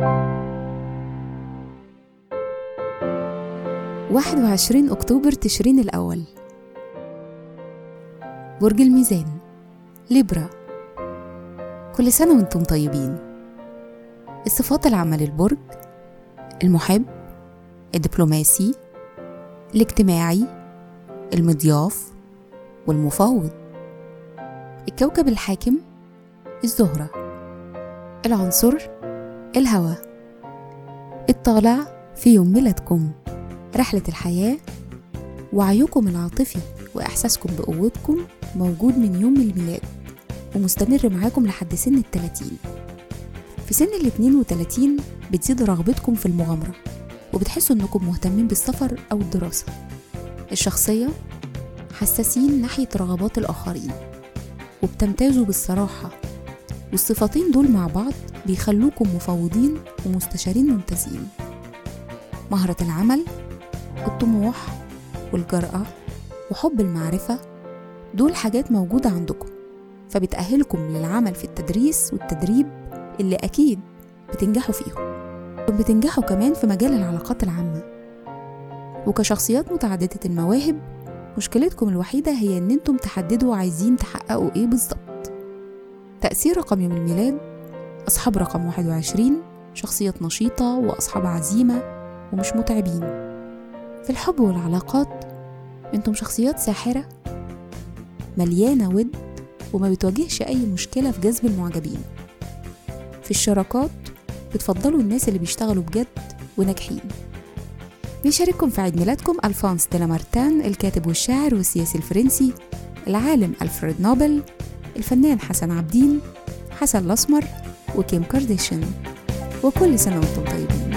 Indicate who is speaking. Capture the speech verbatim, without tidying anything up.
Speaker 1: واحد وعشرين أكتوبر تشرين الأول. برج الميزان، ليبرا. كل سنة وانتم طيبين. الصفات العامة للبرج: المحب، الدبلوماسي، الاجتماعي، المضياف، والمفاوض. الكوكب الحاكم: الزهرة. العنصر: الهواء. الطالع في يوم ميلادكم: رحلة الحياة، وعيكم العاطفي وإحساسكم بقوتكم موجود من يوم الميلاد ومستمر معاكم لحد سن التلاتين. في سن الاتنين وتلاتين بتزيد رغبتكم في المغامرة وبتحسوا انكم مهتمين بالسفر أو الدراسة. الشخصية: حساسين ناحية رغبات الآخرين وبتمتازوا بالصراحة، والصفتين دول مع بعض بيخلوكم مفوضين ومستشارين ممتازين. مهرة العمل، الطموح، والجرأة، وحب المعرفة دول حاجات موجودة عندكم، فبتأهلكم للعمل في التدريس والتدريب اللي أكيد بتنجحوا فيهم. بتنجحوا كمان في مجال العلاقات العامة. وكشخصيات متعددة المواهب، مشكلتكم الوحيدة هي ان انتم تحددوا عايزين تحققوا ايه بالظبط. تأثير رقم يوم الميلاد: أصحاب رقم واحد وعشرين شخصيات نشيطة وأصحاب عزيمة ومش متعبين. في الحب والعلاقات انتم شخصيات ساحرة مليانة ود وما بتواجهش أي مشكلة في جذب المعجبين. في الشراكات بتفضلوا الناس اللي بيشتغلوا بجد وناجحين. بيشارككم في عيد ميلادكم ألفونس دي لامارتان، الكاتب والشاعر والسياسي الفرنسي، العالم ألفريد نوبل، الفنان حسن عابدين، حسن الأسمر، وكيم كارديشيان. وكل سنة وانتم طيبين.